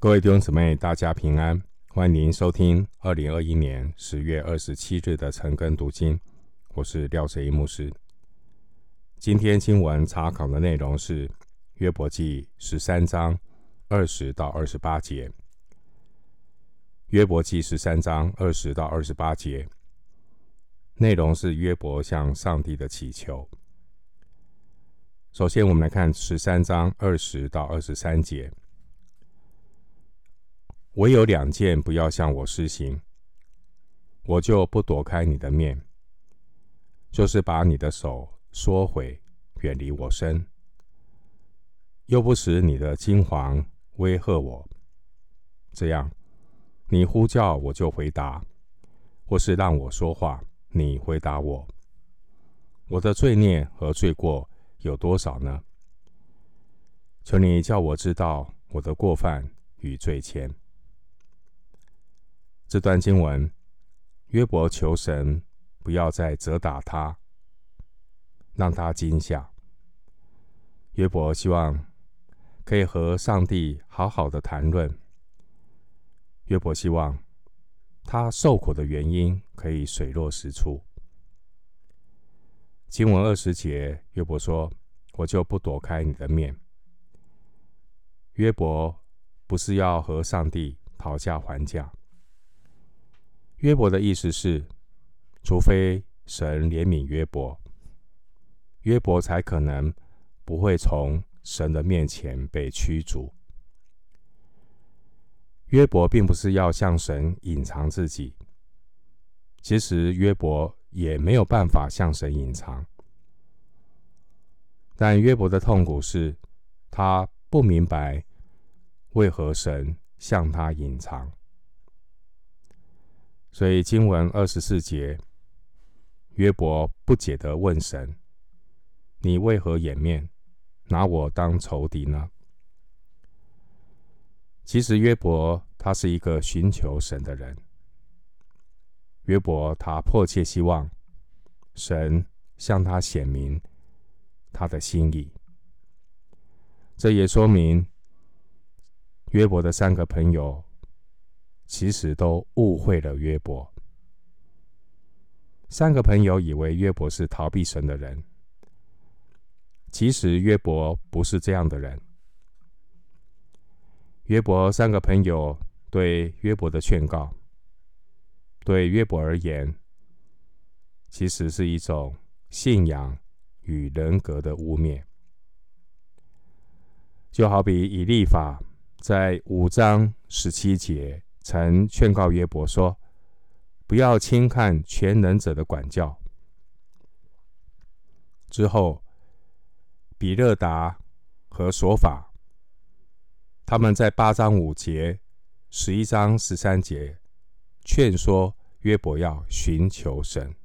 各位弟兄姊妹，大家平安，欢迎收听2021年10月27日的晨更读经。我是廖哲一牧师。今天经文查考的内容是约伯记13章20到28节。约伯记13章20到28节，内容是约伯向上帝的祈求。首先我们来看13章20到23节。唯有2件不要向我施行，我就不躲开你的面，就是把你的手缩回，远离我身，又不使你的金黄威吓我。这样，你呼叫我就回答，或是让我说话，你回答我。我的罪孽和罪过有多少呢？求你叫我知道我的过犯与罪愆。这段经文，约伯求神不要再责打他，让他惊吓。约伯希望可以和上帝好好的谈论。约伯希望他受苦的原因可以水落石出。经文20节，约伯说：“我就不躲开你的面。”约伯不是要和上帝讨价还价。约伯的意思是，除非神怜悯约伯，约伯才可能不会从神的面前被驱逐。约伯并不是要向神隐藏自己，其实约伯也没有办法向神隐藏。但约伯的痛苦是，他不明白为何神向他隐藏。所以经文24节，约伯不解地问神：“你为何掩面，拿我当仇敌呢？”其实约伯他是一个寻求神的人。约伯他迫切希望神向他显明他的心意。这也说明约伯的3个朋友其实都误会了约伯。3个朋友以为约伯是逃避神的人，其实约伯不是这样的人。约伯3个朋友对约伯的劝告，对约伯而言，其实是一种信仰与人格的污蔑。就好比以利法在5章17节曾劝告约伯说：“不要轻看全能者的管教。”之后，比勒达和索法，他们在8章5节、11章13节劝说约伯要寻求神。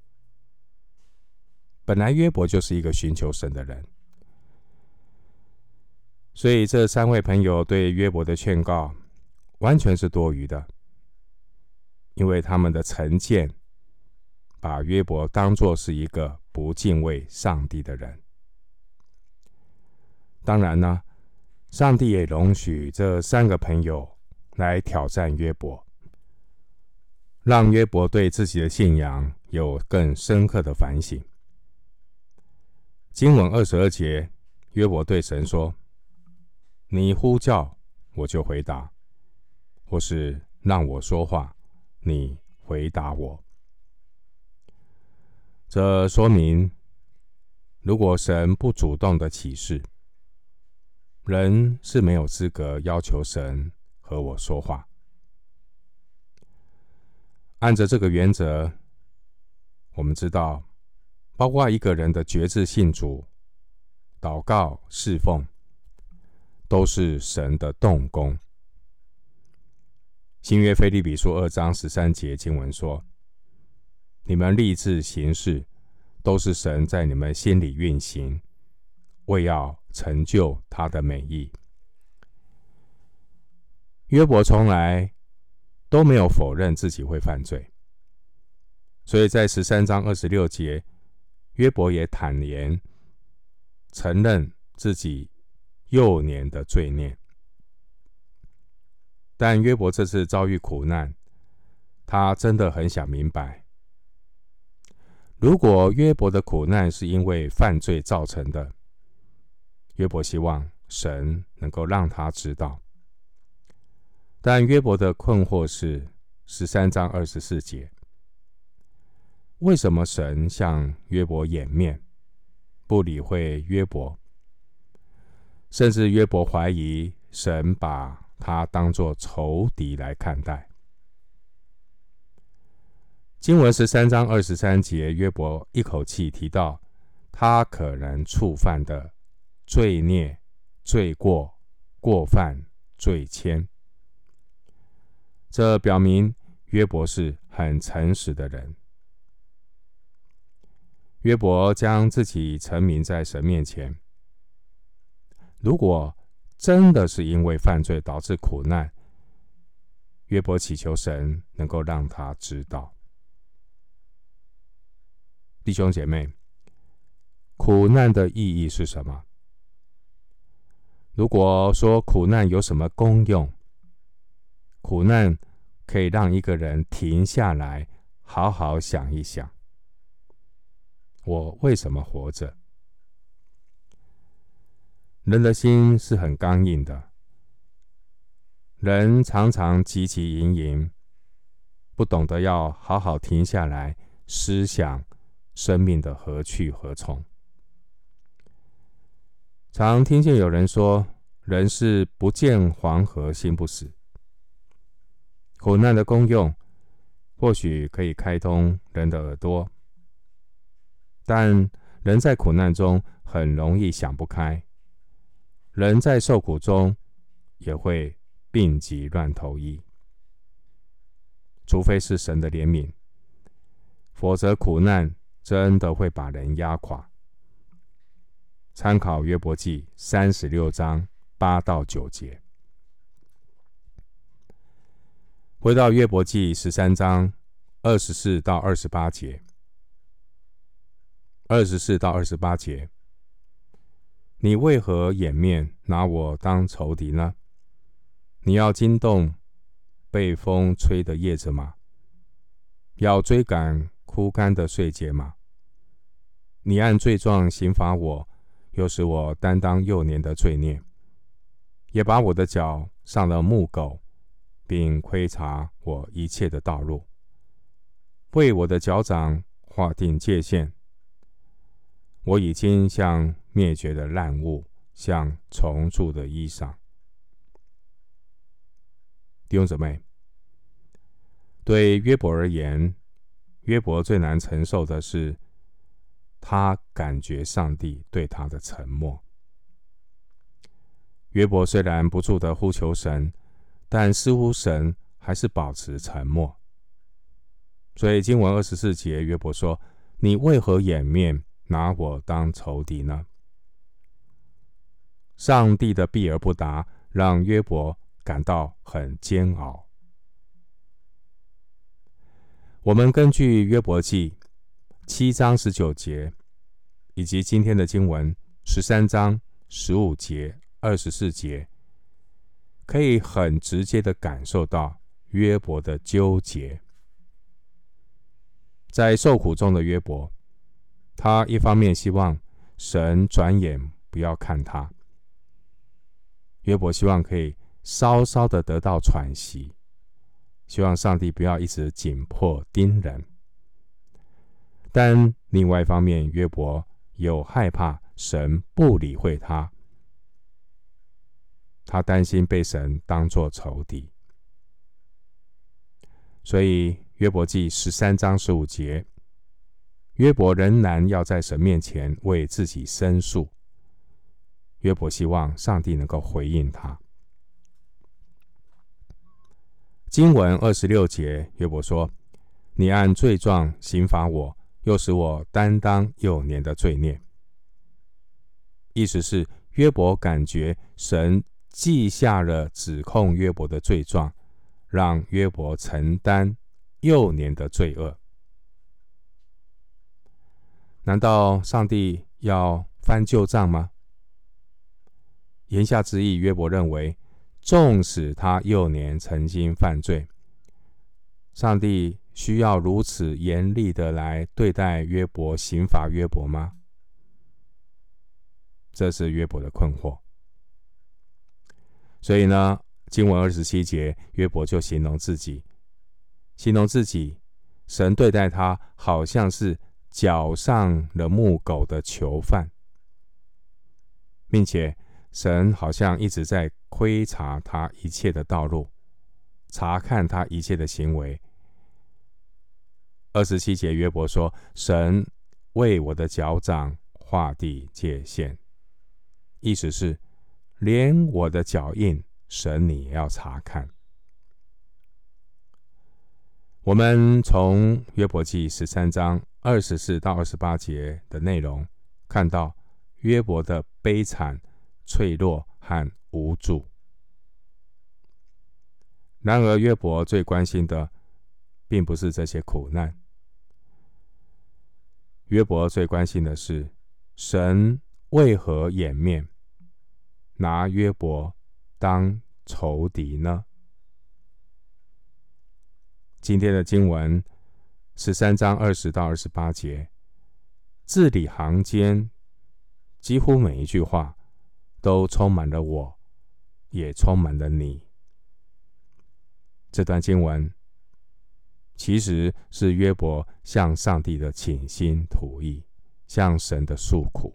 本来约伯就是一个寻求神的人，所以这3位朋友对约伯的劝告完全是多余的，因为他们的成见把约伯当作是一个不敬畏上帝的人。当然呢，上帝也容许这3个朋友来挑战约伯，让约伯对自己的信仰有更深刻的反省。经文22节，约伯对神说：“你呼叫，我就回答；或是让我说话，你回答我。”这说明，如果神不主动的启示，人是没有资格要求神和我说话。按着这个原则，我们知道，包括一个人的决志信主、祷告、侍奉，都是神的动工。新约腓立比书2章13节经文说：“你们立志行事，都是神在你们心里运行，为要成就他的美意。”约伯从来都没有否认自己会犯罪，所以在13章26节，约伯也坦言承认自己幼年的罪孽。 但约伯这次遭遇苦难，他真的很想明白，如果约伯的苦难是因为犯罪造成的，约伯希望神能够让他知道。但约伯的困惑是13章24节，为什么神向约伯掩面，不理会约伯？甚至约伯怀疑神把他当作仇敌来看待。经文13章23节，约伯一口气提到他可能触犯的罪孽、罪过、过犯、罪愆。这表明约伯是很诚实的人。约伯将自己陈明在神面前，如果真的是因为犯罪导致苦难，约伯祈求神能够让他知道。弟兄姐妹，苦难的意义是什么？如果说苦难有什么功用，苦难可以让一个人停下来，好好想一想，我为什么活着？人的心是很刚硬的，人常常汲汲营营，不懂得要好好停下来思想生命的何去何从。常听见有人说，人是不见黄河心不死。苦难的功用或许可以开通人的耳朵，但人在苦难中很容易想不开，人在受苦中也会病急乱投医。除非是神的怜悯，否则苦难真的会把人压垮。参考约伯记36章8到9节。回到约伯记13章24到28节。24到28节，你为何掩面拿我当仇敌呢？你要惊动被风吹的叶子吗？要追赶枯干的穗秸吗？你按罪状刑罚我，又使我担当幼年的罪孽，也把我的脚上了木狗，并窥察我一切的道路，为我的脚掌划定界限。我已经像灭绝的烂物，像虫蛀的衣裳。弟兄姊妹，对约伯而言，约伯最难承受的是他感觉上帝对他的沉默。约伯虽然不住地呼求神，但似乎神还是保持沉默。所以经文24节，约伯说：你为何掩面拿我当仇敌呢？上帝的避而不答，让约伯感到很煎熬。我们根据约伯记7章19节，以及今天的经文13章15节、24节，可以很直接的感受到约伯的纠结。在受苦中的约伯，他一方面希望神转眼不要看他，约伯希望可以稍稍的得到喘息，希望上帝不要一直紧迫盯人。但另外一方面，约伯有害怕神不理会他，他担心被神当作仇敌。所以约伯记13章15节，约伯仍然要在神面前为自己申诉。约伯希望上帝能够回应他。经文26节，约伯说：你按罪状刑罚我，又使我担当幼年的罪孽。意思是约伯感觉神记下了指控约伯的罪状，让约伯承担幼年的罪恶。难道上帝要翻旧账吗？言下之意，约伯认为纵使他幼年曾经犯罪，上帝需要如此严厉的来对待约伯、刑罚约伯吗？这是约伯的困惑。所以呢，经文27节，约伯就形容自己，神对待他好像是脚上了木狗的囚犯，并且神好像一直在窥察他一切的道路，查看他一切的行为。27节，约伯说：神为我的脚掌划地界限，意思是连我的脚印，神你也要查看。我们从约伯记13章24到28节的内容看到约伯的悲惨、脆弱和无助。然而约伯最关心的并不是这些苦难，约伯最关心的是神为何掩面，拿约伯当仇敌呢？今天的经文13章20到28节，字里行间几乎每一句话都充满了我，也充满了你。这段经文其实是约伯向上帝的倾心吐意，向神的诉苦。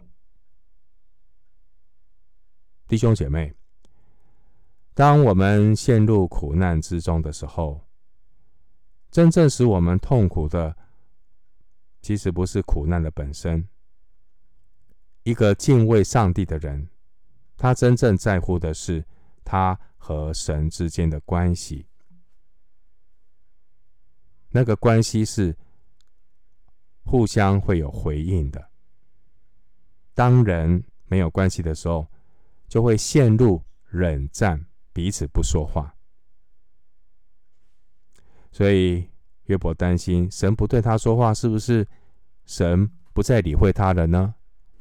弟兄姐妹，当我们陷入苦难之中的时候，真正使我们痛苦的，其实不是苦难的本身。一个敬畏上帝的人，他真正在乎的是他和神之间的关系。那个关系是互相会有回应的。当人没有关系的时候，就会陷入冷战，彼此不说话。所以约伯担心神不对他说话，是不是神不再理会他了呢？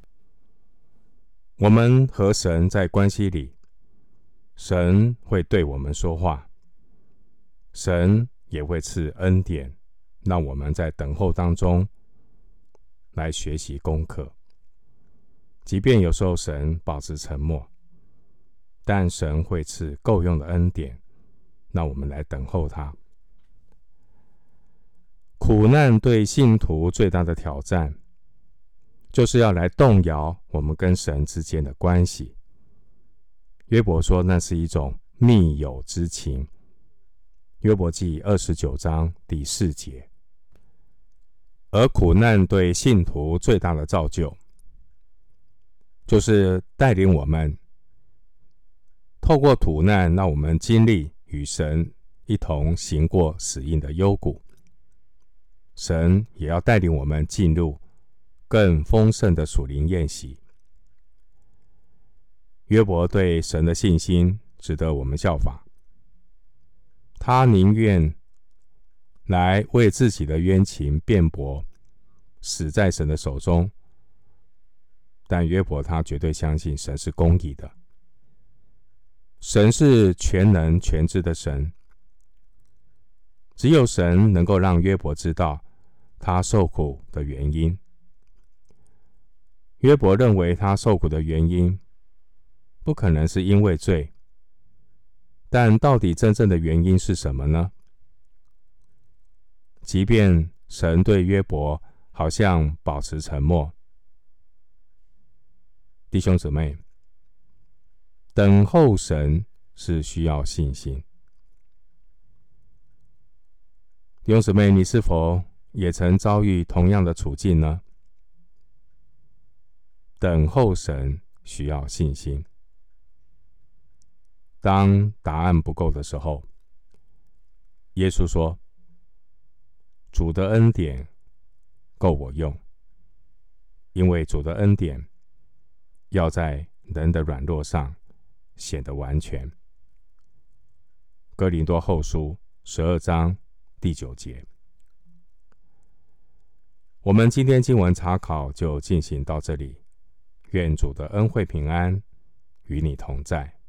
我们和神在关系里，神会对我们说话，神也会赐恩典，让我们在等候当中来学习功课。即便有时候神保持沉默，但神会赐够用的恩典，让我们来等候他。苦难对信徒最大的挑战，就是要来动摇我们跟神之间的关系。约伯说那是一种密友之情，约伯记29章第4节。而苦难对信徒最大的造就，就是带领我们透过苦难，让我们经历与神一同行过死荫的幽谷。神也要带领我们进入更丰盛的属灵宴席。约伯对神的信心值得我们效法，他宁愿来为自己的冤情辩驳，死在神的手中。但约伯他绝对相信神是公义的，神是全能全知的神，只有神能够让约伯知道他受苦的原因。约伯认为他受苦的原因不可能是因为罪，但到底真正的原因是什么呢？即便神对约伯好像保持沉默，弟兄姊妹，等候神是需要信心。弟兄姊妹，你是否也曾遭遇同样的处境呢？等候神需要信心。当答案不够的时候，耶稣说：主的恩典够我用，因为主的恩典要在人的软弱上显得完全。哥林多后书12章第9节。我们今天经文查考就进行到这里，愿主的恩惠平安与你同在。